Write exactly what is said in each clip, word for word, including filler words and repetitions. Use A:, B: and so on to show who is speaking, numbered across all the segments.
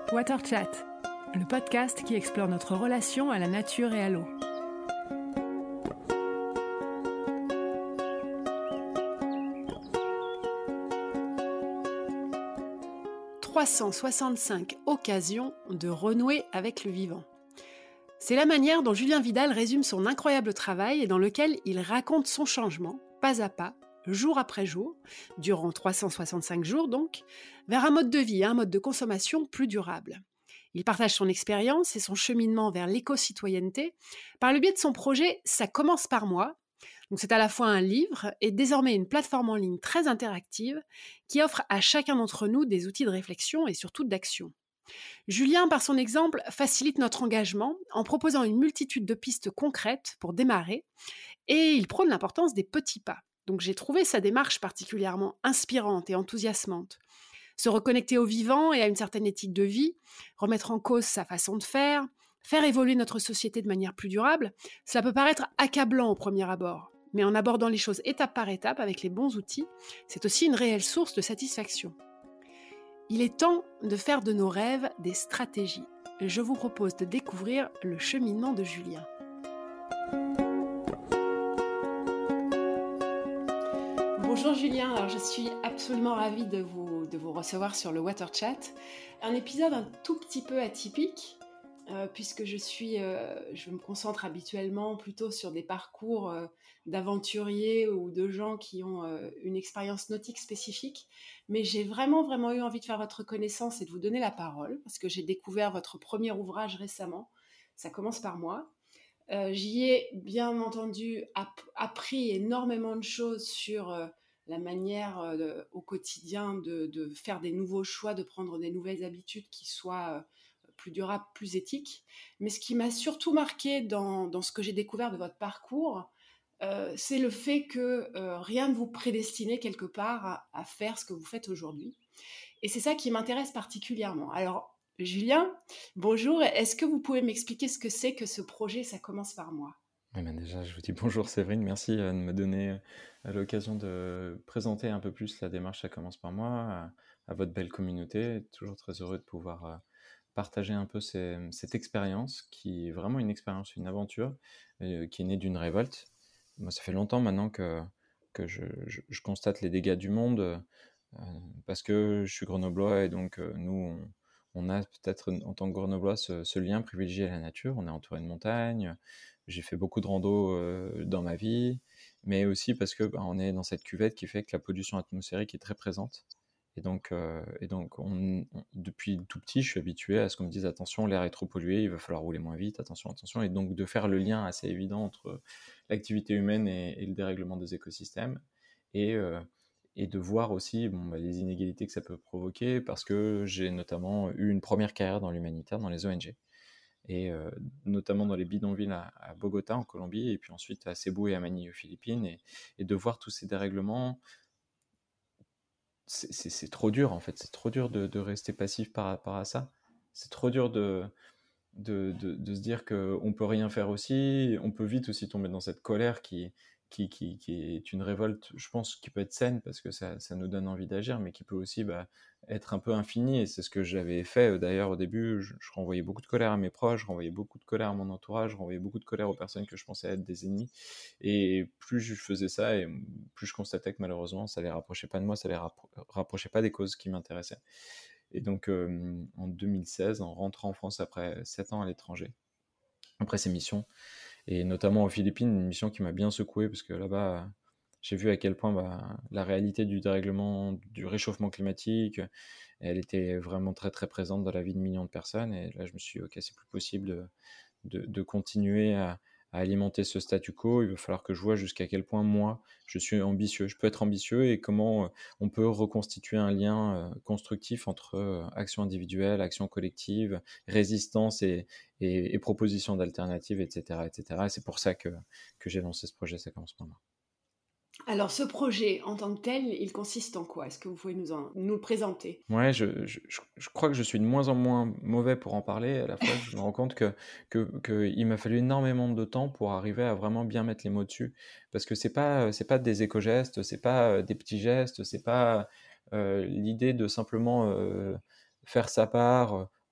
A: Water Chat, le podcast qui explore notre relation à la nature et à l'eau. trois cent soixante-cinq occasions de renouer avec le vivant. C'est la manière dont Julien Vidal résume son incroyable travail et dans lequel il raconte son changement, pas à pas, jour après jour, durant trois cent soixante-cinq jours donc, vers un mode de vie et un mode de consommation plus durable. Il partage son expérience et son cheminement vers l'éco-citoyenneté par le biais de son projet « Ça commence par moi ». Donc c'est à la fois un livre et désormais une plateforme en ligne très interactive qui offre à chacun d'entre nous des outils de réflexion et surtout d'action. Julien, par son exemple, facilite notre engagement en proposant une multitude de pistes concrètes pour démarrer et il prône l'importance des petits pas. Donc j'ai trouvé sa démarche particulièrement inspirante et enthousiasmante. Se reconnecter au vivant et à une certaine éthique de vie, remettre en cause sa façon de faire, faire évoluer notre société de manière plus durable, cela peut paraître accablant au premier abord. Mais en abordant les choses étape par étape avec les bons outils, c'est aussi une réelle source de satisfaction. Il est temps de faire de nos rêves des stratégies. Je vous propose de découvrir le cheminement de Julien. Bonjour Julien, alors je suis absolument ravie de vous, de vous recevoir sur le Water Chat. Un épisode un tout petit peu atypique, euh, puisque je, suis, euh, je me concentre habituellement plutôt sur des parcours euh, d'aventuriers ou de gens qui ont euh, une expérience nautique spécifique. Mais j'ai vraiment, vraiment eu envie de faire votre connaissance et de vous donner la parole, parce que j'ai découvert votre premier ouvrage récemment. Ça commence par moi. Euh, j'y ai bien entendu app- appris énormément de choses sur euh, la manière euh, de, au quotidien de, de faire des nouveaux choix, de prendre des nouvelles habitudes qui soient euh, plus durables, plus éthiques. Mais ce qui m'a surtout marqué dans, dans ce que j'ai découvert de votre parcours, euh, c'est le fait que euh, rien ne vous prédestinait quelque part à, à faire ce que vous faites aujourd'hui. Et c'est ça qui m'intéresse particulièrement. Alors, Julien, bonjour. Est-ce que vous pouvez m'expliquer ce que c'est que ce projet « Ça commence par moi » ?
B: Eh ben déjà, je vous dis bonjour Séverine, merci euh, de me donner euh, l'occasion de présenter un peu plus la démarche Ça commence par moi à, à votre belle communauté. Toujours très heureux de pouvoir euh, partager un peu ces- cette expérience qui est vraiment une expérience, une aventure euh, qui est née d'une révolte. Moi, ça fait longtemps maintenant que, que je, je- je constate les dégâts du monde euh, parce que je suis grenoblois et donc euh, nous, on, on a peut-être en tant que grenoblois ce, ce lien privilégié à la nature. On est entouré de montagnes. J'ai fait beaucoup de rando euh, dans ma vie, mais aussi parce que bah, on est dans cette cuvette qui fait que la pollution atmosphérique est très présente. Et donc, euh, et donc on, on- depuis tout petit, je suis habitué à ce qu'on me dise attention, l'air est trop pollué, il va falloir rouler moins vite, attention, attention. Et donc de faire le lien assez évident entre l'activité humaine et, et le dérèglement des écosystèmes. Et, euh, et de voir aussi bon, bah, les inégalités que ça peut provoquer, parce que j'ai notamment eu une première carrière dans l'humanitaire, dans les O N G et euh, notamment dans les bidonvilles à, à Bogota en Colombie, et puis ensuite à Cebu et à Manille aux Philippines, et, et de voir tous ces dérèglements, c'est, c'est, c'est trop dur en fait, c'est trop dur de, de rester passif par rapport à ça, c'est trop dur de, de, de, de se dire qu'on peut rien faire aussi, on peut vite aussi tomber dans cette colère qui, qui, qui, qui est une révolte, je pense, qui peut être saine parce que ça, ça nous donne envie d'agir, mais qui peut aussi bah, être un peu infinie, et c'est ce que j'avais fait d'ailleurs au début, je, je renvoyais beaucoup de colère à mes proches, je renvoyais beaucoup de colère à mon entourage, je renvoyais beaucoup de colère aux personnes que je pensais être des ennemis, et plus je faisais ça, et plus je constatais que malheureusement ça les rapprochait pas de moi, ça les rappro- rapprochait pas des causes qui m'intéressaient. Et donc, euh, en deux mille seize, en rentrant en France après sept ans à l'étranger, après ces missions, et notamment aux Philippines, une mission qui m'a bien secoué, parce que là-bas, j'ai vu à quel point bah, la réalité du dérèglement, du réchauffement climatique, elle était vraiment très très présente dans la vie de millions de personnes, et là je me suis dit, ok, c'est plus possible de, de, de continuer à, à alimenter ce statu quo, il va falloir que je vois jusqu'à quel point moi, je suis ambitieux, je peux être ambitieux, et comment euh, on peut reconstituer un lien euh, constructif entre euh, action individuelle, action collective, résistance et, et, et proposition d'alternatives, et cetera, et cetera. Et c'est pour ça que, que j'ai lancé ce projet, Ça commence par moi.
A: Alors ce projet en tant que tel, il consiste en quoi ? Est-ce que vous pouvez nous, en, nous le présenter ?
B: Ouais, je, je, je- je crois que je suis de moins en moins mauvais pour en parler. À la fois, je me rends compte que, que, que il m'a fallu énormément de temps pour arriver à vraiment bien mettre les mots dessus. Parce que c'est pas, c'est pas des éco-gestes, c'est pas euh, des petits gestes, c'est pas euh, l'idée de simplement euh, faire sa part euh,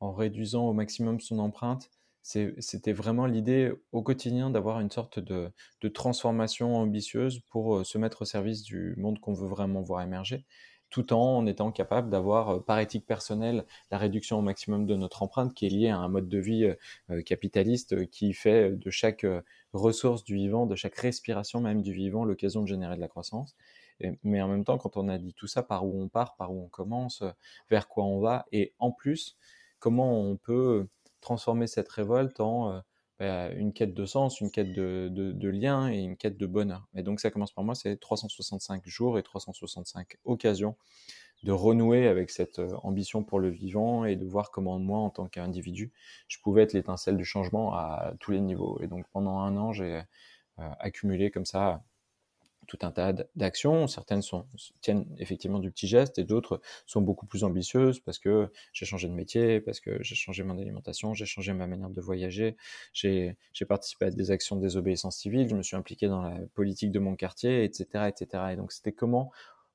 B: en réduisant au maximum son empreinte, c'est c'était vraiment l'idée au quotidien d'avoir une sorte de de transformation ambitieuse pour, heu, se mettre au service du monde qu'on veut vraiment voir émerger, tout en étant capable d'avoir, heu, par éthique personnelle, la réduction au maximum de notre empreinte qui est liée à un mode de vie, heu heu, capitaliste, heu, qui fait de chaque, heu, ressource du vivant, de chaque respiration même du vivant, l'occasion de générer de la croissance. Et mais en même temps, quand on a dit tout ça, par où on part, par où on commence, heu, vers quoi on va et en plus, comment on peut transformer cette révolte en, heu, bah, une quête de sens, une quête de de de lien et une quête de bonheur. Et donc ça commence par moi, c'est trois cent soixante-cinq jours et trois cent soixante-cinq occasions de renouer avec cette, heu, ambition pour le vivant et de voir comment moi, en tant qu'individu, je pouvais être l'étincelle du changement à tous les niveaux. Et donc pendant un an, j'ai, heu, accumulé comme ça tout un tas d'actions. Certaines sont, tiennent effectivement du petit geste et d'autres sont beaucoup plus ambitieuses parce que j'ai changé de métier, parce que j'ai changé mon alimentation, j'ai changé ma manière de voyager, j'ai j'ai participé à des actions de désobéissance civile, je me suis impliqué dans la politique de mon quartier, et cetera, et cetera. Et donc c'était comment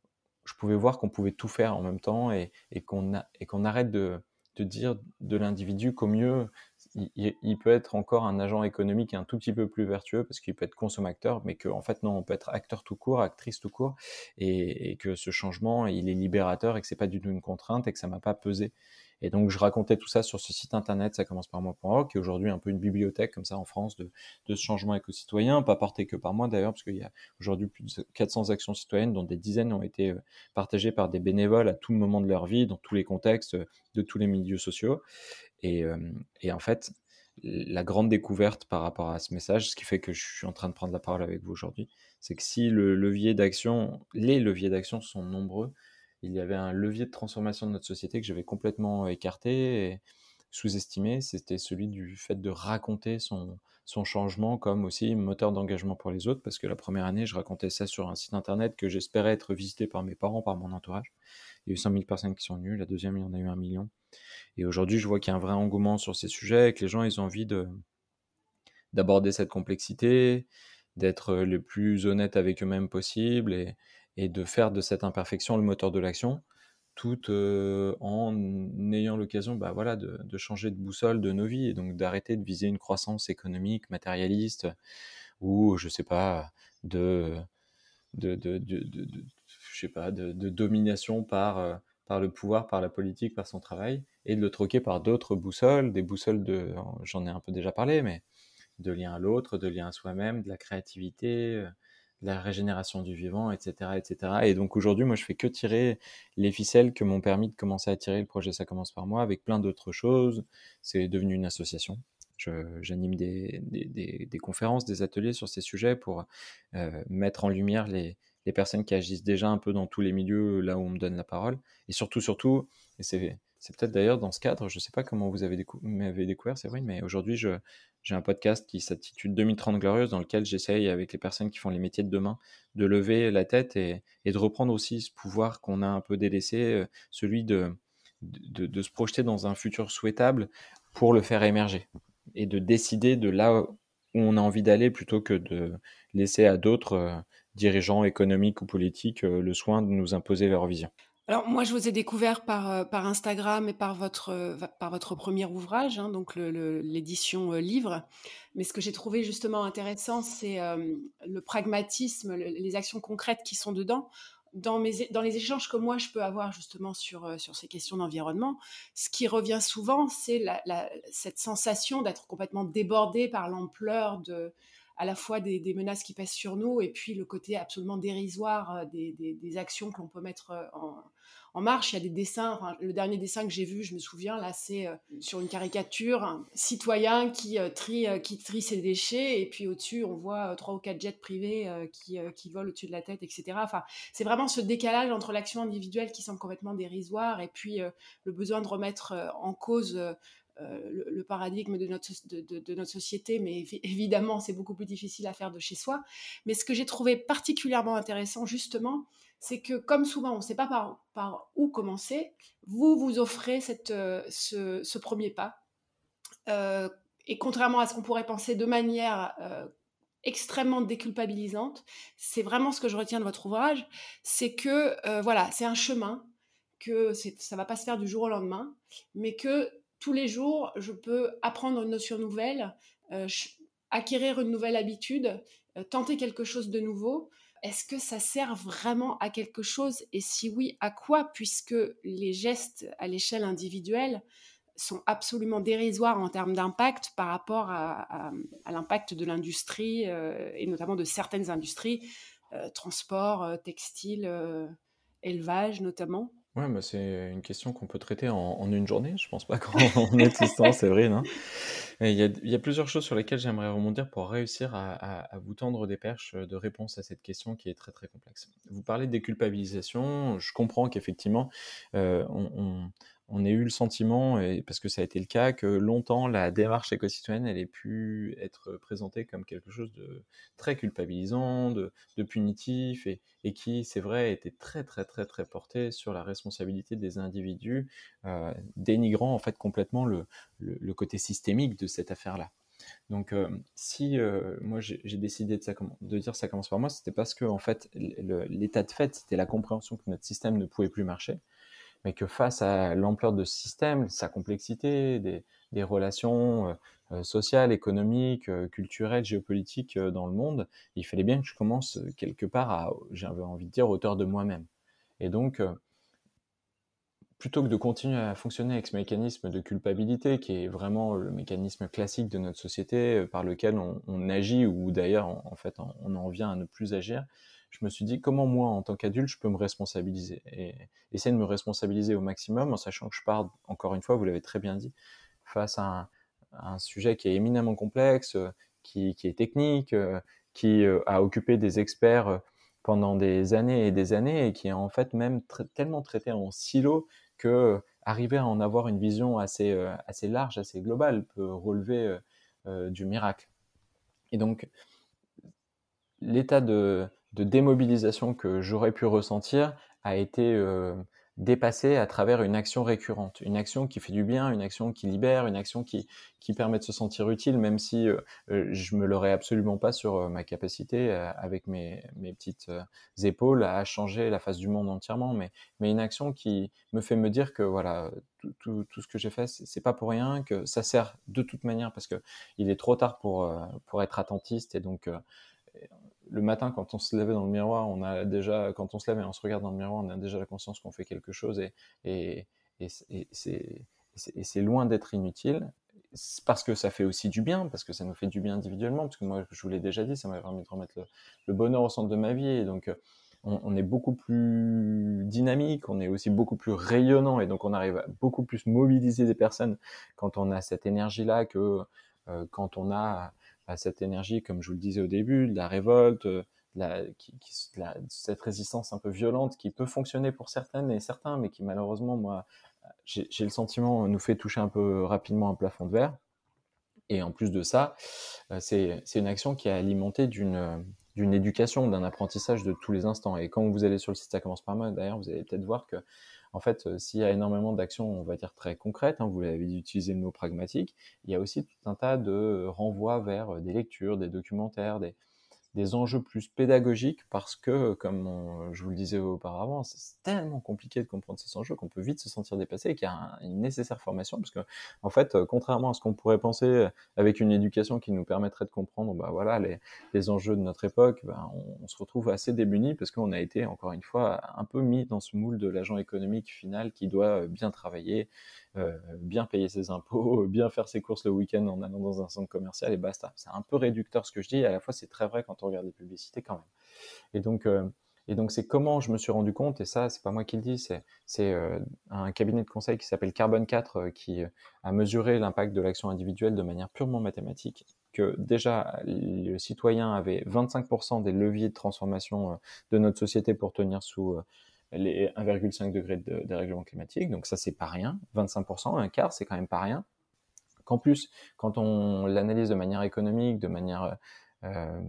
B: je pouvais voir qu'on pouvait tout faire en même temps et, et qu'on a, et qu'on arrête de, de dire de l'individu qu'au mieux, il, il peut être encore un agent économique un tout petit peu plus vertueux parce qu'il peut être consommateur, mais qu'en fait non, on peut être acteur tout court, actrice tout court, et, et que ce changement, il est libérateur et que c'est pas du tout une contrainte et que ça m'a pas pesé. Et donc je racontais tout ça sur ce site internet, ça commence par moi.org, qui est aujourd'hui un peu une bibliothèque comme ça en France de, de ce changement éco-citoyen, pas porté que par moi d'ailleurs, parce qu'il y a aujourd'hui plus de quatre cents actions citoyennes, dont des dizaines ont été partagées par des bénévoles à tout moment de leur vie, dans tous les contextes, de tous les milieux sociaux. Et, euh, et en fait, la grande découverte par rapport à ce message, ce qui fait que je suis en train de prendre la parole avec vous aujourd'hui, c'est que si le levier d'action, les leviers d'action sont nombreux, il y avait un levier de transformation de notre société que j'avais complètement écarté et sous-estimé, c'était celui du fait de raconter son, son changement comme aussi moteur d'engagement pour les autres, parce que la première année, je racontais ça sur un site internet que j'espérais être visité par mes parents, par mon entourage. Il y a eu cent mille personnes qui sont venues, la deuxième, il y en a eu un million. Et aujourd'hui, je vois qu'il y a un vrai engouement sur ces sujets, que les gens, ils ont envie de, d'aborder cette complexité, d'être le plus honnête avec eux-mêmes possible et, et de faire de cette imperfection le moteur de l'action, tout euh, en ayant l'occasion bah, voilà, de, de changer de boussole de nos vies et donc d'arrêter de viser une croissance économique, matérialiste ou, je sais pas, de, de, de, de, de, de je sais pas, de, de domination par, euh, par le pouvoir, par la politique, par son travail, et de le troquer par d'autres boussoles, des boussoles de, j'en ai un peu déjà parlé, mais de lien à l'autre, de lien à soi-même, de la créativité, euh, de la régénération du vivant, et cetera, et cetera. Et donc aujourd'hui, moi, je fais que tirer les ficelles que m'ont permis de commencer à tirer le projet Ça commence par moi, avec plein d'autres choses. C'est devenu une association. Je, j'anime des, des, des, des conférences, des ateliers sur ces sujets pour euh, mettre en lumière les, les personnes qui agissent déjà un peu dans tous les milieux là où on me donne la parole. Et surtout, surtout, et c'est, c'est peut-être d'ailleurs dans ce cadre, je ne sais pas comment vous avez décou- m'avez découvert, c'est vrai, mais aujourd'hui, je, j'ai un podcast qui s'intitule deux mille trente Glorieuses, dans lequel j'essaye, avec les personnes qui font les métiers de demain, de lever la tête et, et de reprendre aussi ce pouvoir qu'on a un peu délaissé, euh, celui de, de, de se projeter dans un futur souhaitable pour le faire émerger et de décider de là où on a envie d'aller plutôt que de laisser à d'autres euh, dirigeants économiques ou politiques euh, le soin de nous imposer leur vision.
A: Alors moi, je vous ai découvert par, euh, par Instagram et par votre, euh, par votre premier ouvrage, hein, donc le- le- l'édition euh, livre. Mais ce que j'ai trouvé justement intéressant, c'est euh, le pragmatisme, le- les actions concrètes qui sont dedans. Dans, mes, dans les échanges que moi, je peux avoir justement sur, euh, sur ces questions d'environnement, ce qui revient souvent, c'est la, la- cette sensation d'être complètement débordé par l'ampleur de à la fois des, des menaces qui pèsent sur nous et puis le côté absolument dérisoire euh, des, des, des actions que l'on peut mettre euh, en, en marche. Il y a des dessins, enfin, le dernier dessin que j'ai vu, je me souviens, là, c'est euh, sur une caricature, un citoyen qui, euh, trie, euh, qui trie ses déchets, et puis au-dessus, on voit euh, trois ou quatre jets privés euh, qui, euh, qui volent au-dessus de la tête, et cetera. Enfin, c'est vraiment ce décalage entre l'action individuelle qui semble complètement dérisoire et puis euh, le besoin de remettre euh, en cause euh, le, le paradigme de notre, de, de, de notre société, mais évidemment, c'est beaucoup plus difficile à faire de chez soi. Mais ce que j'ai trouvé particulièrement intéressant, justement, c'est que, comme souvent, on ne sait pas par, par où commencer, vous vous offrez cette, euh, ce, ce premier pas. Euh, et contrairement à ce qu'on pourrait penser de manière euh, extrêmement déculpabilisante, c'est vraiment ce que je retiens de votre ouvrage, c'est que, euh, voilà, c'est un chemin, que c'est, ça ne va pas se faire du jour au lendemain, mais que tous les jours, je peux apprendre une notion nouvelle, euh, acquérir une nouvelle habitude, euh, tenter quelque chose de nouveau. Est-ce que ça sert vraiment à quelque chose? Et si oui, à quoi? Puisque les gestes à l'échelle individuelle sont absolument dérisoires en termes d'impact par rapport à, à, à l'impact de l'industrie, euh, et notamment de certaines industries, euh, transport, euh, textile, euh, élevage notamment.
B: Ouais, bah, c'est une question qu'on peut traiter en, en une journée. Je pense pas qu'en existant, c'est vrai, non? Et Il y a, il y a plusieurs choses sur lesquelles j'aimerais rebondir pour réussir à, à- à vous tendre des perches de réponse à cette question qui est très très complexe. Vous parlez de déculpabilisation, je comprends qu'effectivement, euh, on, on- on ait eu le sentiment, et parce que ça a été le cas, que longtemps la démarche éco-citoyenne, elle ait pu être présentée comme quelque chose de très culpabilisant, de, de punitif, et, et qui, c'est vrai, était très très très très porté sur la responsabilité des individus, euh, dénigrant en fait complètement le, le, le côté systémique de cette affaire-là. Donc, euh, si euh, moi j'ai j'ai décidé de, ça, de dire ça commence par moi, c'était parce que en fait, le- l'état de fait, c'était la compréhension que notre système ne pouvait plus marcher, mais que face à l'ampleur de ce système, sa complexité, des, des relations euh, euh, sociales, économiques, euh, culturelles, géopolitiques euh, dans le monde, il fallait bien que je commence euh, quelque part à, j'avais envie de dire, hauteur de moi-même. Et donc, euh, plutôt que de continuer à fonctionner avec ce mécanisme de culpabilité, qui est vraiment le mécanisme classique de notre société, euh, par lequel on, on agit, ou d'ailleurs, en, en fait, on, on en vient à ne plus agir, je me suis dit, comment moi, en tant qu'adulte, je peux me responsabiliser? Et essayer de me responsabiliser au maximum, en sachant que je pars, encore une fois, vous l'avez très bien dit, face à un, à un sujet qui est éminemment complexe, euh, qui, qui est technique, euh, qui euh, a occupé des experts euh, pendant des années et des années, et qui est en fait même tra- tellement traité en silo que euh, arriver à en avoir une vision assez, euh, assez large, assez globale, peut relever euh, euh, du miracle. Et donc, l'état de, de démobilisation que j'aurais pu ressentir a été euh, dépassé à travers une action récurrente, une action qui fait du bien, une action qui libère, une action qui, qui permet de se sentir utile, même si euh, euh, je me l'aurais absolument pas sur euh, ma capacité, euh, avec mes, mes petites euh, épaules, à changer la face du monde entièrement, mais, mais une action qui me fait me dire que voilà, tout, tout, tout ce que j'ai fait, c'est, c'est pas pour rien, que ça sert de toute manière, parce que il est trop tard pour, euh, pour être attentiste, et donc euh, le matin, quand on se lève dans le miroir, on a déjà, quand on se lève et on se regarde dans le miroir, on a déjà la conscience qu'on fait quelque chose, et, et, et, et c'est, et c'est loin d'être inutile, parce que ça fait aussi du bien, parce que ça nous fait du bien individuellement, parce que moi, je vous l'ai déjà dit, ça m'a permis de remettre le, le bonheur au centre de ma vie, et donc on, on est beaucoup plus dynamique, on est aussi beaucoup plus rayonnant, et donc on arrive à beaucoup plus mobiliser des personnes quand on a cette énergie-là que euh, quand on a à cette énergie, comme je vous le disais au début, de la révolte, de la, qui, qui, de la, de cette résistance un peu violente qui peut fonctionner pour certaines et certains, mais qui malheureusement, moi, j'ai, j'ai le sentiment, nous fait toucher un peu rapidement un plafond de verre. Et en plus de ça, c'est, c'est une action qui est alimentée d'une, d'une éducation, d'un apprentissage de tous les instants. Et quand vous allez sur le site Ça commence par moi, d'ailleurs, vous allez peut-être voir que, en fait, euh, s'il y a énormément d'actions, on va dire très concrètes, hein, vous l'avez utilisé le mot pragmatique, il y a aussi tout un tas de renvois vers des lectures, des documentaires, des, des enjeux plus pédagogiques, parce que, comme on- je vous le disais auparavant, c'est tellement compliqué de comprendre ces enjeux qu'on peut vite se sentir dépassé, et qu'il y a un- une nécessaire formation, parce que, en fait, euh, contrairement à ce qu'on pourrait penser, euh, avec une éducation qui nous permettrait de comprendre, bah voilà, les, les enjeux de notre époque, bah, on, on se retrouve assez démunis, parce qu'on a été, encore une fois, un peu mis dans ce moule de l'agent économique final qui doit euh, bien travailler, euh, bien payer ses impôts, bien faire ses courses le week-end en allant dans un centre commercial, et basta. C'est un peu réducteur ce que je dis, et à la fois c'est très vrai quand on regarde les publicités quand même. Et donc, euh, et donc c'est comment je me suis rendu compte, et ça c'est pas moi qui le dis, c'est, c'est euh, un cabinet de conseil qui s'appelle Carbone quatre, euh, qui euh, a mesuré l'impact de l'action individuelle de manière purement mathématique, que déjà le citoyen avait vingt-cinq pour cent des leviers de transformation euh, de notre société pour tenir sous euh, les un virgule cinq degrés de dérèglement climatique, donc ça c'est pas rien, vingt-cinq pour cent, un quart, c'est quand même pas rien. Qu'en plus, quand on l'analyse de manière économique, de manière euh,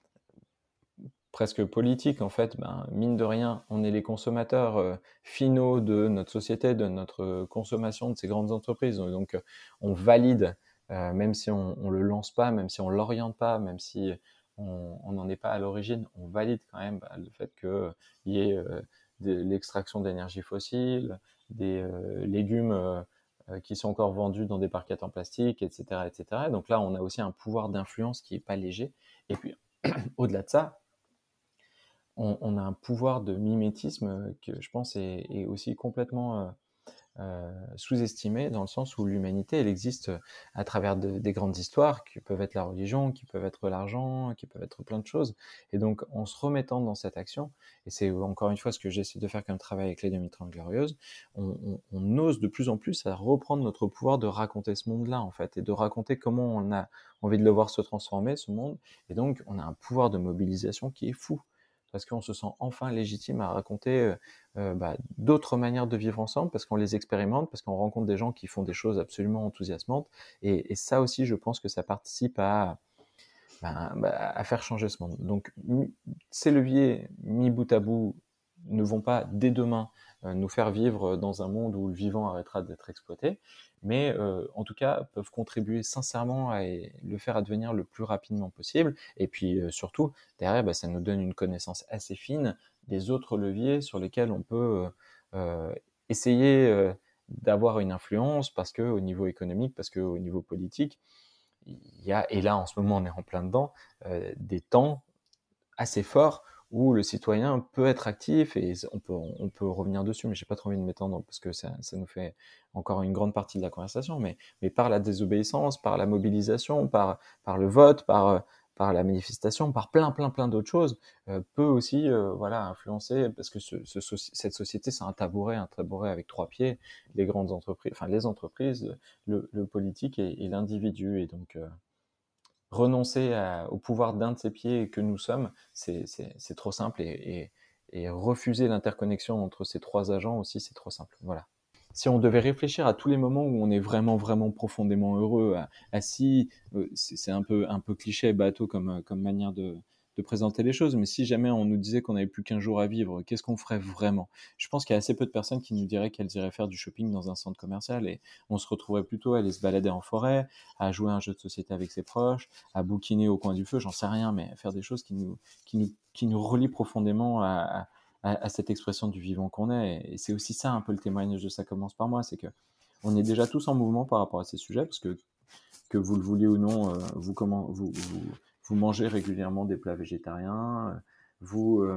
B: presque politique, en fait, ben, mine de rien, on est les consommateurs euh, finaux de notre société, de notre consommation, de ces grandes entreprises. Donc, euh, on valide, euh, même si on ne le lance pas, même si on ne l'oriente pas, même si on n'en est pas à l'origine, on valide quand même bah, le fait qu'il y ait euh, de l'extraction d'énergie fossile, des euh, légumes euh, euh, qui sont encore vendus dans des barquettes en plastique, et cetera, et cetera. Donc là, on a aussi un pouvoir d'influence qui n'est pas léger. Et puis, au-delà de ça, on, on a un pouvoir de mimétisme que je pense est, est aussi complètement euh, euh, sous-estimé, dans le sens où l'humanité, elle existe à travers de, des grandes histoires qui peuvent être la religion, qui peuvent être l'argent, qui peuvent être plein de choses. Et donc, en se remettant dans cette action, et c'est encore une fois ce que j'essaie de faire comme travail avec les deux mille trente Glorieuses, on, on, on ose de plus en plus à reprendre notre pouvoir de raconter ce monde-là, en fait, et de raconter comment on a envie de le voir se transformer, ce monde. Et donc, on a un pouvoir de mobilisation qui est fou, parce qu'on se sent enfin légitime à raconter euh, euh, bah, d'autres manières de vivre ensemble, parce qu'on les expérimente, parce qu'on rencontre des gens qui font des choses absolument enthousiasmantes. Et, et ça aussi, je pense que ça participe à, bah, bah, à faire changer ce monde. Donc, ces leviers mis bout à bout ne vont pas, dès demain, euh, nous faire vivre dans un monde où le vivant arrêtera d'être exploité, mais euh, en tout cas peuvent contribuer sincèrement à le faire advenir le plus rapidement possible. Et puis euh, surtout, derrière, bah, ça nous donne une connaissance assez fine des autres leviers sur lesquels on peut euh, euh, essayer euh, d'avoir une influence, parce qu'au niveau économique, parce qu'au niveau politique, il y a, et là en ce moment on est en plein dedans, euh, des temps assez forts où le citoyen peut être actif, et on peut, on peut revenir dessus, mais j'ai pas trop envie de m'étendre parce que ça, ça nous fait encore une grande partie de la conversation, mais, mais par la désobéissance, par la mobilisation, par, par le vote, par, par la manifestation, par plein, plein, plein d'autres choses, euh, peut aussi euh, voilà, influencer, parce que ce, ce, cette société, c'est un tabouret, un tabouret avec trois pieds, les grandes entreprises, enfin les entreprises, le, le politique et, et l'individu, et donc... Euh, renoncer à, au pouvoir d'un de ces pieds que nous sommes, c'est, c'est, c'est trop simple, et, et, et refuser l'interconnexion entre ces trois agents aussi, c'est trop simple. Voilà. Si on devait réfléchir à tous les moments où on est vraiment, vraiment profondément heureux, assis, c'est, c'est un peu, un peu cliché, bateau comme, comme manière de, de présenter les choses, mais si jamais on nous disait qu'on n'avait plus qu'un jour à vivre, qu'est-ce qu'on ferait vraiment? Je pense qu'il y a assez peu de personnes qui nous diraient qu'elles iraient faire du shopping dans un centre commercial, et on se retrouverait plutôt à aller se balader en forêt, à jouer à un jeu de société avec ses proches, à bouquiner au coin du feu, j'en sais rien, mais à faire des choses qui nous, qui nous, qui nous relient profondément à, à, à cette expression du vivant qu'on est. Et c'est aussi ça un peu le témoignage de Ça commence par moi, c'est que on est déjà tous en mouvement par rapport à ces sujets, parce que que vous le vouliez ou non, euh, vous, comment, vous, vous, vous mangez régulièrement des plats végétariens, euh, vous, euh,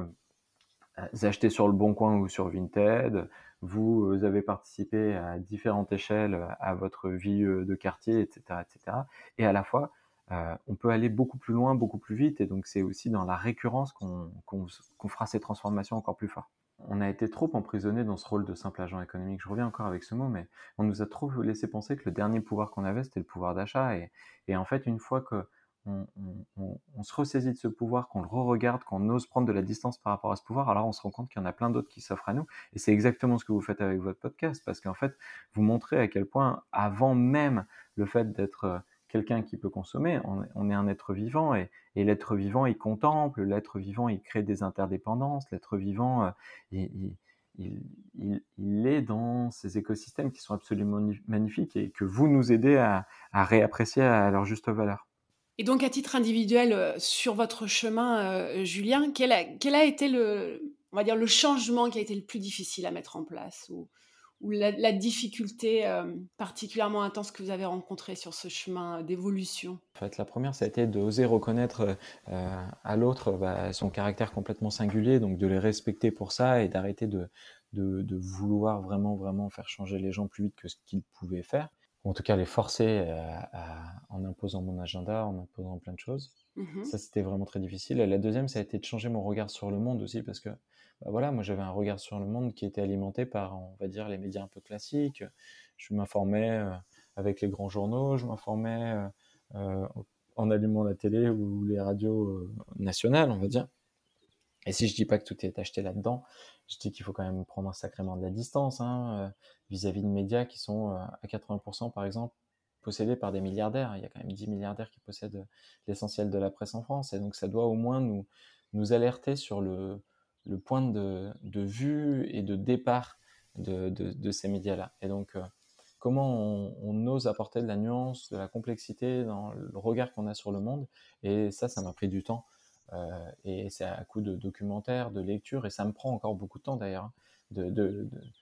B: vous achetez sur Le Bon Coin ou sur Vinted, vous, vous avez participé à différentes échelles à votre vie de quartier, et cetera, et cetera. Et à la fois, euh, on peut aller beaucoup plus loin, beaucoup plus vite, et donc c'est aussi dans la récurrence qu'on, qu'on, qu'on fera ces transformations encore plus fortes. On a été trop emprisonné dans ce rôle de simple agent économique. Je reviens encore avec ce mot, mais on nous a trop laissé penser que le dernier pouvoir qu'on avait, c'était le pouvoir d'achat. Et, et en fait, une fois que on, on, on se ressaisit de ce pouvoir, qu'on le re-regarde, qu'on ose prendre de la distance par rapport à ce pouvoir, alors on se rend compte qu'il y en a plein d'autres qui s'offrent à nous. Et c'est exactement ce que vous faites avec votre podcast, parce qu'en fait, vous montrez à quel point, avant même le fait d'être quelqu'un qui peut consommer, on, on est un être vivant, et, et l'être vivant, il contemple, l'être vivant, il crée des interdépendances, l'être vivant, euh, il, il, il, il est dans ces écosystèmes qui sont absolument magnifiques, et que vous nous aidez à, à réapprécier à leur juste valeur.
A: Et donc, à titre individuel, euh, sur votre chemin, euh, Julien, quel a, quel a été le, on va dire, le changement qui a été le plus difficile à mettre en place, ou, ou la, la difficulté euh, particulièrement intense que vous avez rencontrée sur ce chemin d'évolution?
B: En fait, la première, ça a été d'oser reconnaître euh, à l'autre bah, son caractère complètement singulier, donc de les respecter pour ça, et d'arrêter de, de, de vouloir vraiment, vraiment faire changer les gens plus vite que ce qu'ils pouvaient faire. Ou en tout cas, les forcer à, à, en imposant mon agenda, en imposant plein de choses. Mmh. Ça, c'était vraiment très difficile. Et la deuxième, ça a été de changer mon regard sur le monde aussi, parce que bah voilà, moi, j'avais un regard sur le monde qui était alimenté par, on va dire, les médias un peu classiques. Je m'informais euh, avec les grands journaux, je m'informais euh, euh, en allumant la télé ou les radios euh, nationales, on va dire. Et si je dis pas que tout est acheté là-dedans, je dis qu'il faut quand même prendre sacrément de la distance hein, euh, vis-à-vis de médias qui sont euh, à quatre-vingts pour cent par exemple possédés par des milliardaires. Il y a quand même dix milliardaires qui possèdent l'essentiel de la presse en France, et donc ça doit au moins nous, nous alerter sur le, le point de, de vue et de départ de, de, de ces médias-là. Et donc euh, comment on, on ose apporter de la nuance, de la complexité dans le regard qu'on a sur le monde, et ça, ça m'a pris du temps. Euh, et c'est à coup de documentaires, de lectures, et ça me prend encore beaucoup de temps d'ailleurs, hein, de, de, de,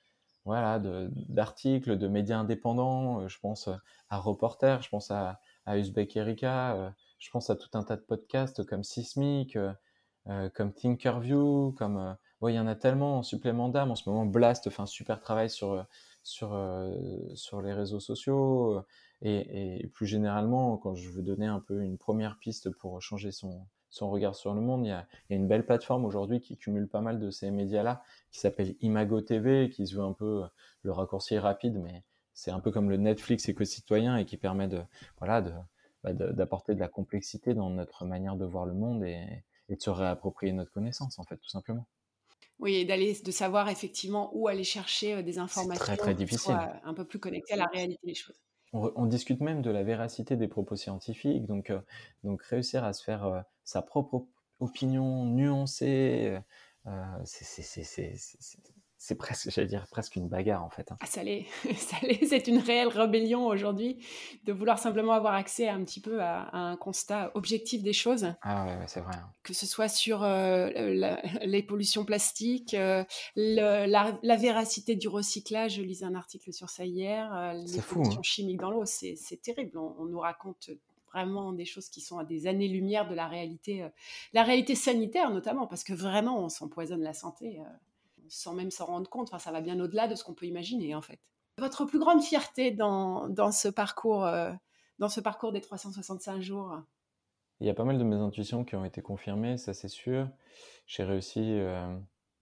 B: voilà, de, d'articles, de médias indépendants. Euh, je pense à Reporter, je pense à, à Uzbek Erika, euh, je pense à tout un tas de podcasts comme Sismic, euh, euh, comme Thinkerview, comme euh, ouais, il y en a tellement en supplément d'âme. En ce moment, Blast fait un super travail sur euh, sur euh, sur les réseaux sociaux. euh, Et, et plus généralement, quand je veux donner un peu une première piste pour changer son son regard sur le monde, il y a, il y a une belle plateforme aujourd'hui qui cumule pas mal de ces médias-là, qui s'appelle Imago T V, qui se veut un peu euh, le raccourci rapide, mais c'est un peu comme le Netflix éco-citoyen et qui permet de, voilà, de, bah, de- d'apporter de la complexité dans notre manière de voir le monde et, et de se réapproprier notre connaissance, en fait, tout simplement.
A: Oui, et d'aller de savoir effectivement où aller chercher, heu, des
B: C'est très
A: informations
B: très
A: qui
B: difficile.
A: soient, heu, un peu plus connectées à la réalité des choses.
B: On, re- on discute même de la véracité des propos scientifiques, donc, euh, donc réussir à se faire euh, sa propre op- opinion nuancée, euh, euh, c'est c'est- c'est- c'est- c'est- c'est- c'est presque, j'allais dire, presque une bagarre, en fait, hein.
A: Ah ça l'est, ça l'est, c'est une réelle rébellion aujourd'hui de vouloir simplement avoir accès un petit peu à à un constat objectif des choses,
B: Ah ouais, ouais, c'est vrai, hein.
A: que ce soit sur, heu, la les pollutions plastiques, heu, le la la véracité du recyclage. Je lisais un article sur ça hier, heu, les
B: C'est fou,
A: pollutions
B: hein.
A: chimiques dans l'eau, c'est c'est terrible. On on nous raconte vraiment des choses qui sont à des années-lumière de la réalité, heu, la réalité sanitaire notamment, parce que vraiment on s'empoisonne la santé, heu, sans même s'en rendre compte. Enfin, ça va bien au-delà de ce qu'on peut imaginer, en fait. Votre plus grande fierté dans dans ce parcours, heu, dans ce parcours des trois cent soixante-cinq jours?
B: Il y a pas mal de mes intuitions qui ont été confirmées, ça c'est sûr. J'ai réussi euh,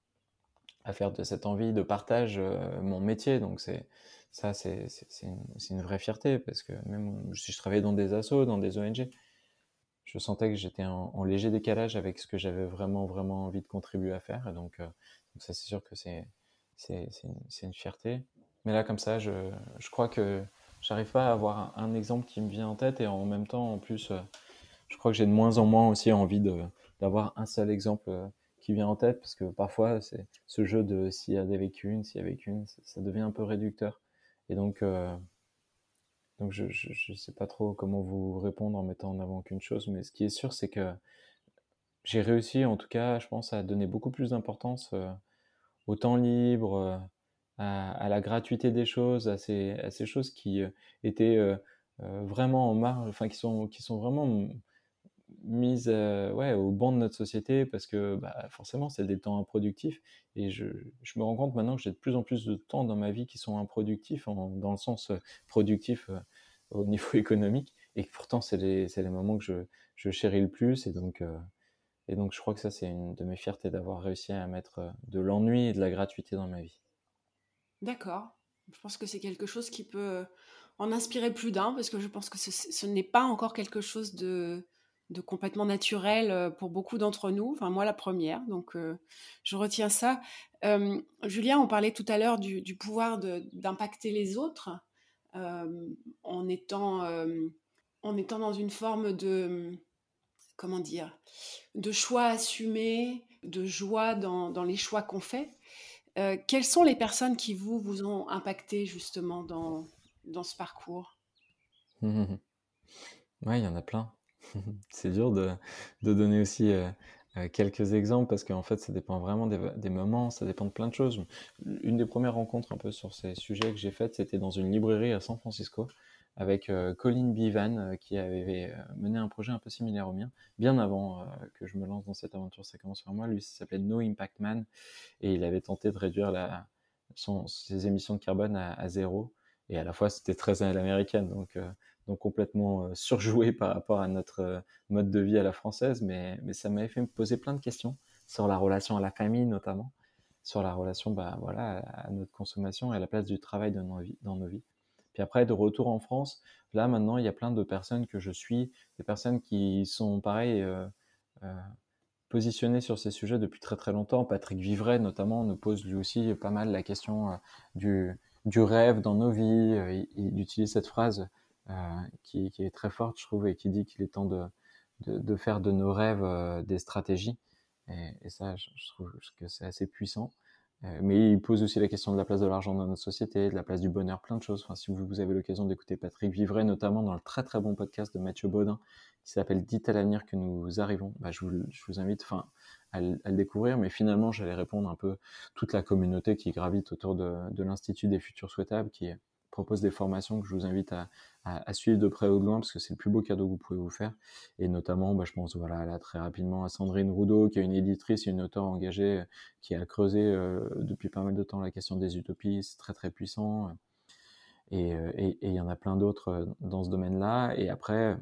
B: à faire de cette envie de partage euh, mon métier, donc c'est ça c'est c'est c'est une, c'est une vraie fierté parce que même si je travaillais dans des assos, dans des O N G, je sentais que j'étais en, en léger décalage avec ce que j'avais vraiment vraiment envie de contribuer à faire, et donc, euh, donc ça c'est sûr que c'est c'est c'est une, c'est une fierté. Mais là comme ça, je je crois que j'arrive pas à avoir un, un exemple qui me vient en tête, et en même temps en plus euh, je crois que j'ai de moins en moins aussi envie de d'avoir un seul exemple euh, qui vient en tête, parce que parfois c'est ce jeu de s'il y avait qu'une, s'il y avait qu'une, ça, ça devient un peu réducteur. Et donc euh, donc je, je je sais pas trop comment vous répondre en mettant en avant qu'une chose, mais ce qui est sûr c'est que j'ai réussi en tout cas, je pense, à donner beaucoup plus d'importance euh, au temps libre, euh, à, à la gratuité des choses, à ces à ces choses qui euh, étaient euh, euh, vraiment en marge, enfin qui sont qui sont vraiment mise euh, ouais, au banc de notre société, parce que bah, forcément c'est des temps improductifs, et je, je me rends compte maintenant que j'ai de plus en plus de temps dans ma vie qui sont improductifs, en- dans le sens euh, productif euh, au niveau économique, et que pourtant c'est les, c'est les moments que je, je chéris le plus, et donc, euh, et donc je crois que ça c'est une de mes fiertés, d'avoir réussi à mettre euh, de l'ennui et de la gratuité dans ma vie.
A: D'accord. Je pense que c'est quelque chose qui peut, heu, en inspirer plus d'un, parce que je pense que ce ce n'est pas encore quelque chose de de complètement naturel, heu, pour beaucoup d'entre nous. Enfin, moi, la première. Donc heu, je retiens ça. Hem, Julien, on parlait tout à l'heure du du pouvoir de d'impacter les autres, hem, en étant, hem, en étant dans une forme de, comment dire? De choix assumés, de joie dans dans les choix qu'on fait. Heu, quelles sont les personnes qui vous, vous ont impacté justement dans dans ce parcours?
B: Ouais, il y en a plein. C'est dur de, de donner aussi euh, euh, quelques exemples, parce qu'en fait, ça dépend vraiment des, des moments, ça dépend de plein de choses. Une des premières rencontres un peu sur ces sujets que j'ai faites, c'était dans une librairie à San Francisco avec euh, Colin Bivan, euh, qui avait euh, mené un projet un peu similaire au mien, bien avant euh, que je me lance dans cette aventure. Ça commence par moi. Lui, ça s'appelait No Impact Man, et il avait tenté de réduire la, son, ses émissions de carbone à, à zéro. Et à la fois, c'était très à l'américaine, donc, euh, donc complètement euh, surjoué par rapport à notre euh, mode de vie à la française, mais, mais ça m'avait fait me poser plein de questions sur la relation à la famille, notamment, sur la relation, bah, voilà, à notre consommation et à la place du travail dans nos vies. Dans nos vies. Puis après, de retour en France, là maintenant, il y a plein de personnes que je suis, des personnes qui sont pareil, euh, euh, positionné sur ces sujets depuis très très longtemps. Patrick Vivray notamment nous pose lui aussi pas mal la question euh, du, du rêve dans nos vies. Euh, il, il utilise cette phrase euh, qui, qui est très forte, je trouve, et qui dit qu'il est temps de, de, de faire de nos rêves euh, des stratégies. Et, et ça, je, je trouve que c'est assez puissant. Euh, mais il pose aussi la question de la place de l'argent dans notre société, de la place du bonheur, plein de choses. Enfin, si vous, vous avez l'occasion d'écouter Patrick Vivray, notamment dans le très très bon podcast de Mathieu Baudin, qui s'appelle Dites à l'avenir que nous arrivons, bah, je, vous, je vous invite enfin, à, le- à le découvrir. Mais finalement, j'allais répondre un peu toute la communauté qui gravite autour de, de l'Institut des futurs souhaitables, qui propose des formations que je vous invite à, à, à suivre de près ou de loin, parce que c'est le plus beau cadeau que vous pouvez vous faire. Et notamment, bah, je pense voilà, là, très rapidement à Sandrine Roudot, qui est une éditrice et une auteure engagée, euh, qui a creusé euh, depuis pas mal de temps la question des utopies. C'est très très puissant. Et euh, et- et il y en a plein d'autres euh, dans ce domaine-là. Et après,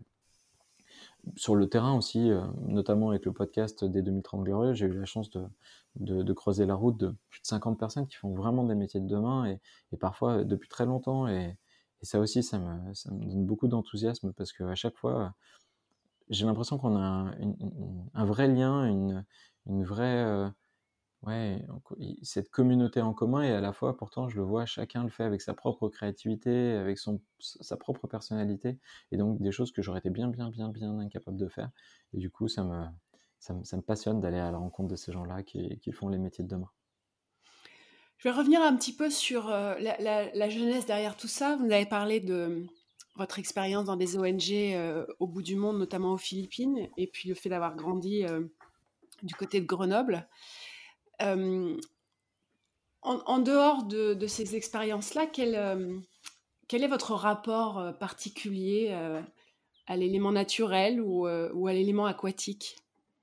B: sur le terrain aussi, euh, notamment avec le podcast des deux mille trente Glorieux, j'ai eu la chance de, de, de creuser la route de plus de cinquante personnes qui font vraiment des métiers de demain, et, et parfois euh, depuis très longtemps. Et, et ça aussi, ça me, ça me donne beaucoup d'enthousiasme, parce qu'à chaque fois, j'ai l'impression qu'on a un, une- une- un vrai lien, une, une vraie, euh, ouais, cette communauté en commun. Et à la fois, pourtant, je le vois, chacun le fait avec sa propre créativité, avec son, sa propre personnalité, et donc des choses que j'aurais été bien, bien, bien, bien incapable de faire. Et du coup, ça me, ça me, ça me passionne d'aller à la rencontre de ces gens-là qui, qui font les métiers de demain.
A: Je vais revenir un petit peu sur euh, la, la- la jeunesse derrière tout ça. Vous avez parlé de votre expérience dans des O N G euh, au bout du monde, notamment aux Philippines, et puis le fait d'avoir grandi euh, du côté de Grenoble. Euh, en, en dehors de, de ces expériences-là, quel, euh, quel est votre rapport euh, particulier euh, à l'élément naturel ou, euh, ou à l'élément aquatique?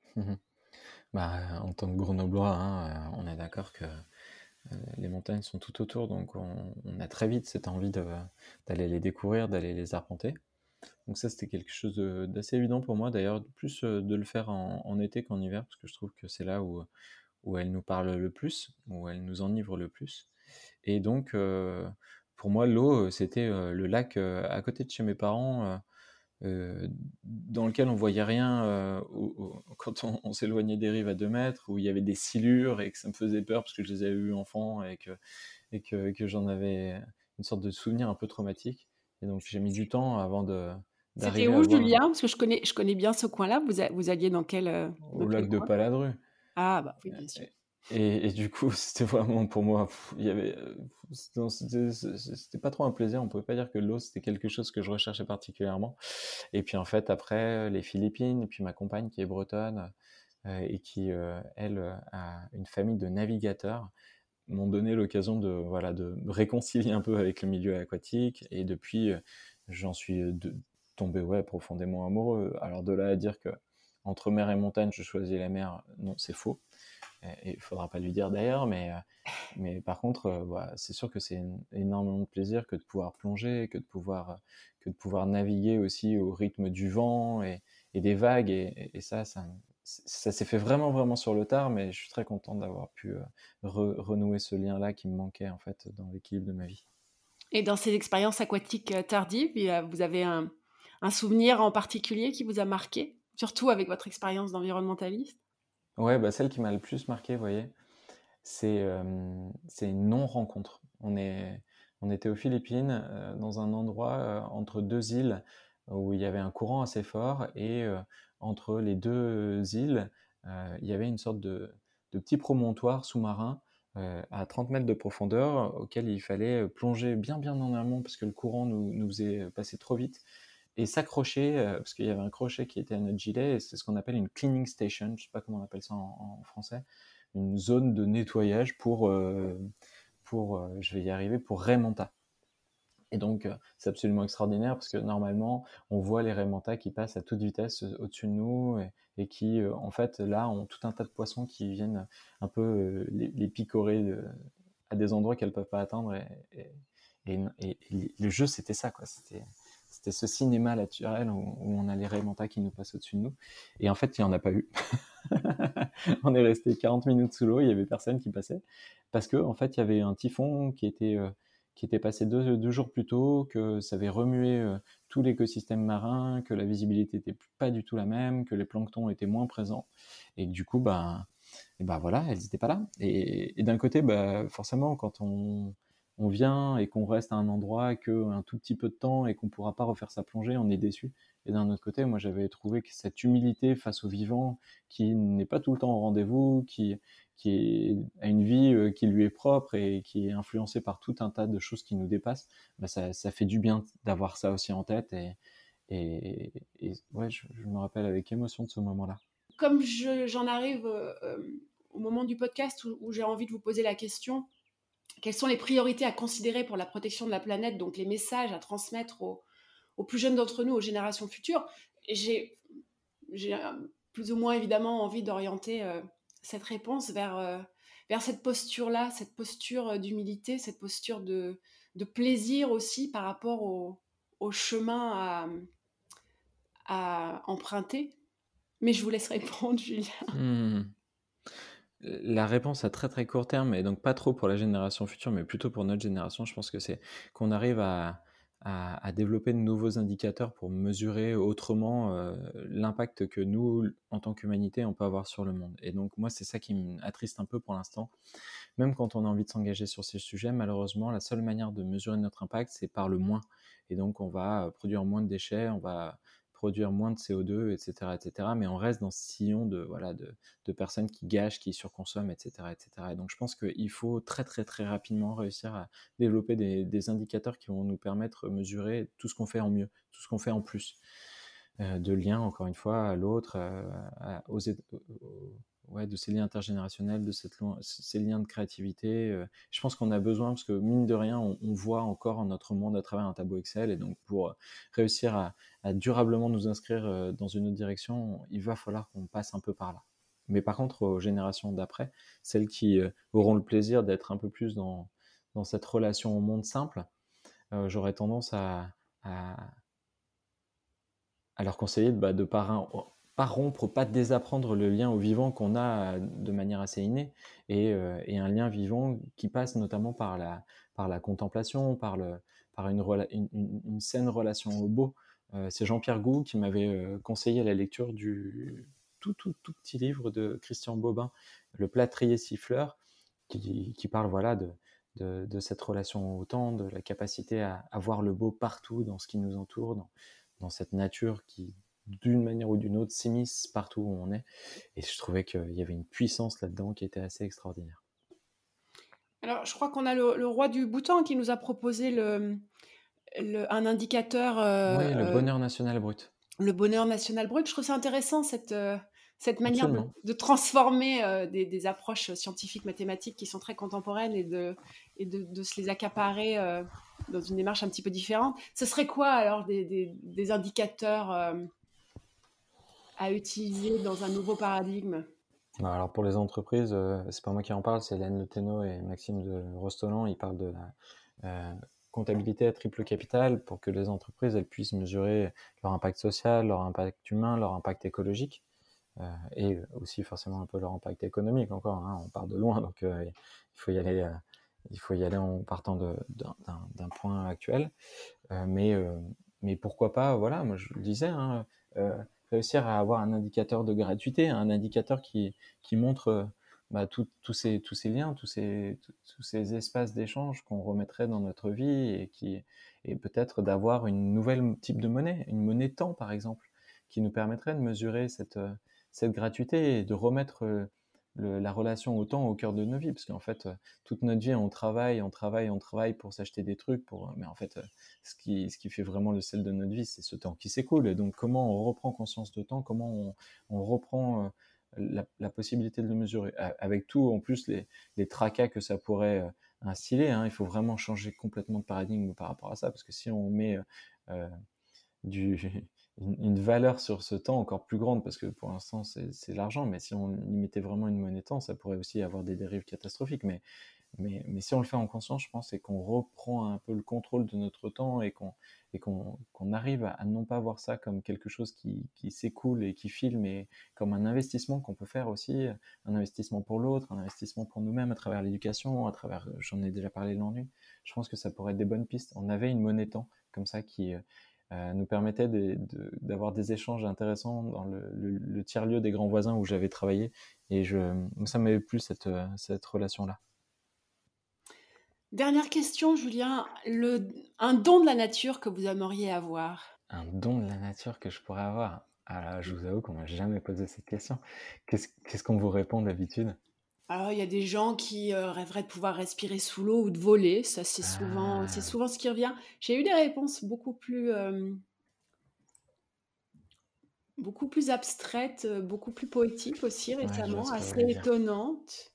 B: Bah, en tant que Grenoblois, hein, euh, on est d'accord que euh, les montagnes sont tout autour, donc on, on a très vite cette envie de- d'aller les découvrir, d'aller les arpenter. Donc ça, c'était quelque chose de- d'assez évident pour moi, d'ailleurs, plus euh, de le faire en, en été qu'en hiver, parce que je trouve que c'est là où, où elle nous parle le plus, où elle nous enivre le plus. Et donc, euh, pour moi, l'eau, euh, c'était euh, le lac euh, à côté de chez mes parents, euh, euh, dans lequel on voyait rien euh, au- au- quand on, on s'éloignait des rives à deux mètres, où il y avait des silures et que ça me faisait peur parce que je les avais vus enfants, et que, et que, que j'en avais une sorte de souvenir un peu traumatique. Et donc, j'ai mis du temps avant de,
A: C'était
B: d'arriver à
A: où,
B: voir
A: Julien? Parce que je connais, je connais bien ce coin-là. Vous, a- vous alliez dans quel, euh, dans
B: au
A: quel
B: lac de
A: coin?
B: Paladru.
A: Ah, bah oui, bien sûr.
B: Et, et du coup, c'était vraiment pour moi, pff, il y avait, euh, c'était c'était- c'était pas trop un plaisir. On pouvait pas dire que l'eau c'était quelque chose que je recherchais particulièrement. Et puis en fait, après les Philippines, et puis ma compagne qui est bretonne euh, et qui, euh, elle, euh, a une famille de navigateurs, m'ont donné l'occasion de, voilà, de me réconcilier un peu avec le milieu aquatique. Et depuis, euh, j'en suis euh, de- tombé, ouais, profondément amoureux. Alors de là à dire que entre mer et montagne, je choisis la mer, non, c'est faux. Et il faudra pas lui dire d'ailleurs, mais, euh, mais par contre, euh, voilà, c'est sûr que c'est une- énormément de plaisir que de pouvoir plonger, que de pouvoir, euh, que de pouvoir naviguer aussi au rythme du vent et, et des vagues. Et, et ça, ça, ça s'est fait vraiment, vraiment sur le tard, mais je suis très content d'avoir pu euh, re- renouer ce lien-là qui me manquait en fait dans l'équilibre de ma vie.
A: Et dans ces expériences aquatiques euh, tardives, il y a- vous avez un, un souvenir en particulier qui vous a marqué, surtout avec votre expérience d'environnementaliste?
B: Ouais, bah celle qui m'a le plus marqué, vous voyez, c'est euh, c'est une non-rencontre. On est, on était aux Philippines, euh, dans un endroit euh, entre deux îles où il y avait un courant assez fort, et euh, entre les deux îles, euh, il y avait une sorte de, de petit promontoire sous-marin euh, à trente mètres de profondeur auquel il fallait plonger bien bien en amont parce que le courant nous, nous faisait passer trop vite, et s'accrocher euh, parce qu'il y avait un crochet qui était à notre gilet, et c'est ce qu'on appelle une cleaning station, je sais pas comment on appelle ça en, en français, une zone de nettoyage pour, euh, pour euh, je vais y arriver, pour Raymanta. Manta. Et donc, euh, c'est absolument extraordinaire parce que normalement, on voit les Raymanta qui passent à toute vitesse euh, au-dessus de nous, et, et qui, euh, en fait, là, ont tout un tas de poissons qui viennent un peu euh, les, les picorer de- à des endroits qu'elles peuvent pas atteindre. Et, et, et, et- et le jeu, c'était ça, quoi. C'était, c'était ce cinéma naturel où, où on a les Raymanta qui nous passent au-dessus de nous. Et en fait, il n'y en a pas eu. On est resté quarante minutes sous l'eau, il y avait personne qui passait, parce que en fait il y avait un typhon qui était euh, qui était passé deux, deux jours plus tôt, que ça avait remué euh, tout l'écosystème marin, que la visibilité était pas du tout la même, que les planctons étaient moins présents, et que du coup bah, et bah voilà, elles n'étaient pas là. Et, et d'un côté, bah forcément, quand on on vient et qu'on reste à un endroit que un tout petit peu de temps et qu'on pourra pas refaire sa plongée, on est déçu. Et d'un autre côté, moi j'avais trouvé que cette humilité face au vivant, qui n'est pas tout le temps au rendez-vous, qui, qui est, a une vie euh, qui lui est propre et qui est influencée par tout un tas de choses qui nous dépassent, bah ça, ça fait du bien d'avoir ça aussi en tête. Et, et, et ouais, je, je me rappelle avec émotion de ce moment-là.
A: Comme je, j'en arrive euh, euh, au moment du podcast où, où j'ai envie de vous poser la question, quelles sont les priorités à considérer pour la protection de la planète, donc les messages à transmettre aux, aux plus jeunes d'entre nous, aux générations futures, j'ai, j'ai euh, plus ou moins évidemment envie d'orienter euh, cette réponse vers, euh, vers cette posture-là, cette posture d'humilité, cette posture de, de plaisir aussi par rapport au, au chemin à, à emprunter. Mais je vous laisse répondre, Julien.
B: Hmm. La réponse à très très court terme, et donc pas trop pour la génération future, mais plutôt pour notre génération, je pense que c'est qu'on arrive à, à, à développer de nouveaux indicateurs pour mesurer autrement euh, l'impact que nous, en tant qu'humanité, on peut avoir sur le monde. Et donc moi, c'est ça qui m'attriste un peu pour l'instant. Même quand on a envie de s'engager sur ces sujets, malheureusement, la seule manière de mesurer notre impact, c'est par le moins. Et donc on va produire moins de déchets, on va produire moins de C O deux, et cetera, et cetera. Mais on reste dans ce sillon de, voilà, de, de personnes qui gâchent, qui surconsomment, et cetera, et cetera. Et donc je pense qu'il faut très très très rapidement réussir à développer des, des indicateurs qui vont nous permettre de mesurer tout ce qu'on fait en mieux, tout ce qu'on fait en plus. Euh, de lien, encore une fois, à l'autre, euh, à, aux, aux, ouais, de ces liens intergénérationnels, de cette, ces liens de créativité. Euh, je pense qu'on a besoin, parce que mine de rien, on, on voit encore notre monde à travers un tableau Excel, et donc pour réussir à, à durablement nous inscrire dans une autre direction, il va falloir qu'on passe un peu par là. Mais par contre, aux générations d'après, celles qui euh, auront le plaisir d'être un peu plus dans, dans cette relation au monde simple, euh, j'aurais tendance à, à, à leur conseiller bah, de ne pas, pas rompre, pas désapprendre le lien au vivant qu'on a de manière assez innée, et, euh, et un lien vivant qui passe notamment par la, par la contemplation, par, le, par une, une, une, une saine relation au beau. Euh, c'est Jean-Pierre Gou qui m'avait euh, conseillé la lecture du tout, tout, tout petit livre de Christian Bobin, Le Plâtrier siffleur, qui, qui parle voilà, de, de, de cette relation au temps, de la capacité à, à voir le beau partout dans ce qui nous entoure, dans, dans cette nature qui, d'une manière ou d'une autre, s'immisce partout où on est. Et je trouvais qu'il y avait une puissance là-dedans qui était assez extraordinaire.
A: Alors, je crois qu'on a le, le roi du Bhoutan qui nous a proposé le, le, un indicateur... Euh,
B: oui, le bonheur national brut.
A: Le bonheur national brut. Je trouve ça intéressant, cette, euh, cette manière de,
B: Absolument.
A: de transformer euh, des, des approches scientifiques, mathématiques qui sont très contemporaines et de, et de, de se les accaparer euh, dans une démarche un petit peu différente. Ce serait quoi alors des, des, des indicateurs euh, à utiliser dans un nouveau paradigme ?
B: Alors pour les entreprises, euh, c'est pas moi qui en parle, c'est Hélène Le Thénault et Maxime de Rostolan. Ils parlent de la euh, comptabilité à triple capital pour que les entreprises elles puissent mesurer leur impact social, leur impact humain, leur impact écologique, euh, et aussi forcément un peu leur impact économique encore. Hein, on part de loin, donc euh, il faut y aller. Euh, il faut y aller en partant de, d'un, d'un point actuel. Euh, mais, euh, mais pourquoi pas, voilà, moi je le disais, hein, euh, réussir à avoir un indicateur de gratuité, un indicateur qui, qui montre euh, bah, tous ces, tous ces liens, tous ces, tous ces espaces d'échange qu'on remettrait dans notre vie, et, qui, et peut-être d'avoir une nouvelle type de monnaie, une monnaie temps par exemple, qui nous permettrait de mesurer cette, cette gratuité et de remettre euh, le, la relation au temps au cœur de nos vies, parce qu'en fait, euh, toute notre vie, on travaille, on travaille, on travaille pour s'acheter des trucs, pour, mais en fait, euh, ce qui, ce qui fait vraiment le sel de notre vie, c'est ce temps qui s'écoule. Et donc, comment on reprend conscience de temps, comment on, on reprend euh, la, la possibilité de le mesurer, avec tout, en plus, les, les tracas que ça pourrait euh, instiller. Hein, il faut vraiment changer complètement de paradigme par rapport à ça, parce que si on met euh, du, une, une valeur sur ce temps encore plus grande, parce que pour l'instant c'est, c'est l'argent, mais si on y mettait vraiment une monnaie temps, ça pourrait aussi avoir des dérives catastrophiques. Mais, mais, mais si on le fait en conscience, je pense, et qu'on reprend un peu le contrôle de notre temps, et qu'on, et qu'on, qu'on arrive à, à non pas voir ça comme quelque chose qui, qui s'écoule et qui file, mais comme un investissement qu'on peut faire aussi, un investissement pour l'autre, un investissement pour nous-mêmes à travers l'éducation, à travers, j'en ai déjà parlé l'ennui, je pense que ça pourrait être des bonnes pistes. On avait une monnaie temps comme ça qui Euh, nous permettait de, de, d'avoir des échanges intéressants dans le, le, le tiers-lieu des grands voisins où j'avais travaillé, et je, ça m'avait plu cette, cette relation-là.
A: Dernière question, Julien. Le, un don de la nature que vous aimeriez avoir ?
B: Un don de la nature que je pourrais avoir ? Alors, je vous avoue qu'on m'a jamais posé cette question. Qu'est-ce, qu'est-ce qu'on vous répond d'habitude ?
A: Alors, il y a des gens qui euh, rêveraient de pouvoir respirer sous l'eau ou de voler. Ça, c'est souvent, c'est
B: Ah,
A: souvent ce qui revient. J'ai eu des réponses beaucoup plus, euh, beaucoup plus abstraites, euh, beaucoup plus poétiques aussi
B: ouais, je vois
A: récemment,
B: ce que vous
A: assez
B: voulez dire.
A: étonnantes.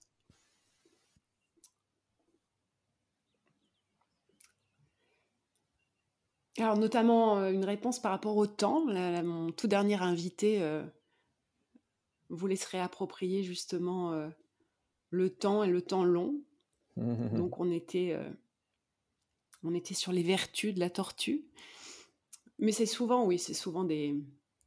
A: Alors, notamment euh, une réponse par rapport au temps. Là, là, mon tout dernier invité euh, voulait se réapproprier justement euh, le temps et le temps long. Donc, on était, euh, on était sur les vertus de la tortue. Mais c'est souvent, oui, c'est souvent des,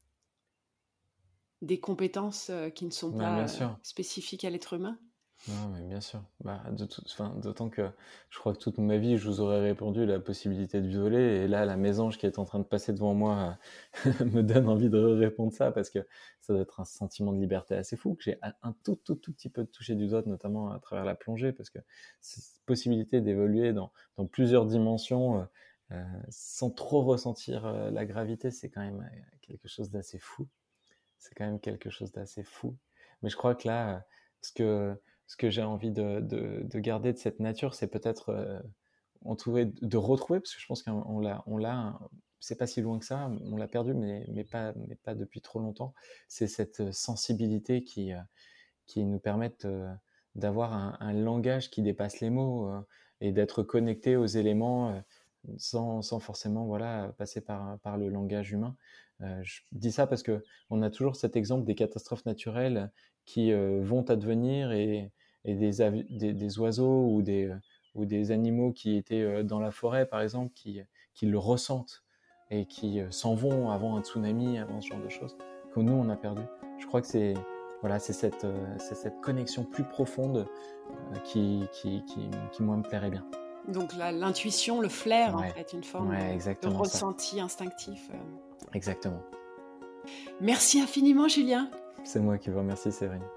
A: des compétences euh, qui ne sont
B: Ouais, bien
A: pas euh,
B: sûr.
A: spécifiques à l'être humain.
B: Non, mais bien sûr. Bah, de tout- enfin, d'autant que je crois que toute ma vie, je vous aurais répondu la possibilité de violer. Et là, la mésange qui est en train de passer devant moi me donne envie de répondre ça parce que ça doit être un sentiment de liberté assez fou que j'ai un un tout, tout, tout petit peu touché du doigt, notamment à travers la plongée, parce que cette possibilité d'évoluer dans, dans plusieurs dimensions euh, euh, sans trop ressentir euh, la gravité, c'est quand même euh, quelque chose d'assez fou. C'est quand même quelque chose d'assez fou. Mais je crois que là, euh, ce que, ce que j'ai envie de, de, de garder de cette nature, c'est peut-être euh, entouré de retrouver, parce que je pense qu'on l'a, on l'a, c'est pas si loin que ça, on l'a perdu, mais, mais, pas, mais pas depuis trop longtemps. C'est cette sensibilité qui, euh, qui nous permet euh, d'avoir un, un langage qui dépasse les mots euh, et d'être connecté aux éléments euh, sans, sans forcément voilà, passer par, par le langage humain. Euh, je dis ça parce que on a toujours cet exemple des catastrophes naturelles qui euh, vont advenir et, et des, avi- des, des oiseaux ou des, ou des animaux qui étaient euh, dans la forêt, par exemple, qui, qui le ressentent et qui euh, s'en vont avant un tsunami, avant ce genre de choses, que nous, on a perdu. Je crois que c'est voilà, c'est cette, euh, c'est cette connexion plus profonde euh, qui, qui, qui, qui, moi, me plairait bien.
A: Donc la- l'intuition, le flair, en
B: Ouais,
A: fait, une forme de,
B: ouais,
A: de
B: exactement ça.
A: ressenti instinctif. euh.
B: Exactement.
A: Merci infiniment, Julien.
B: C'est moi qui vous remercie, Séverine.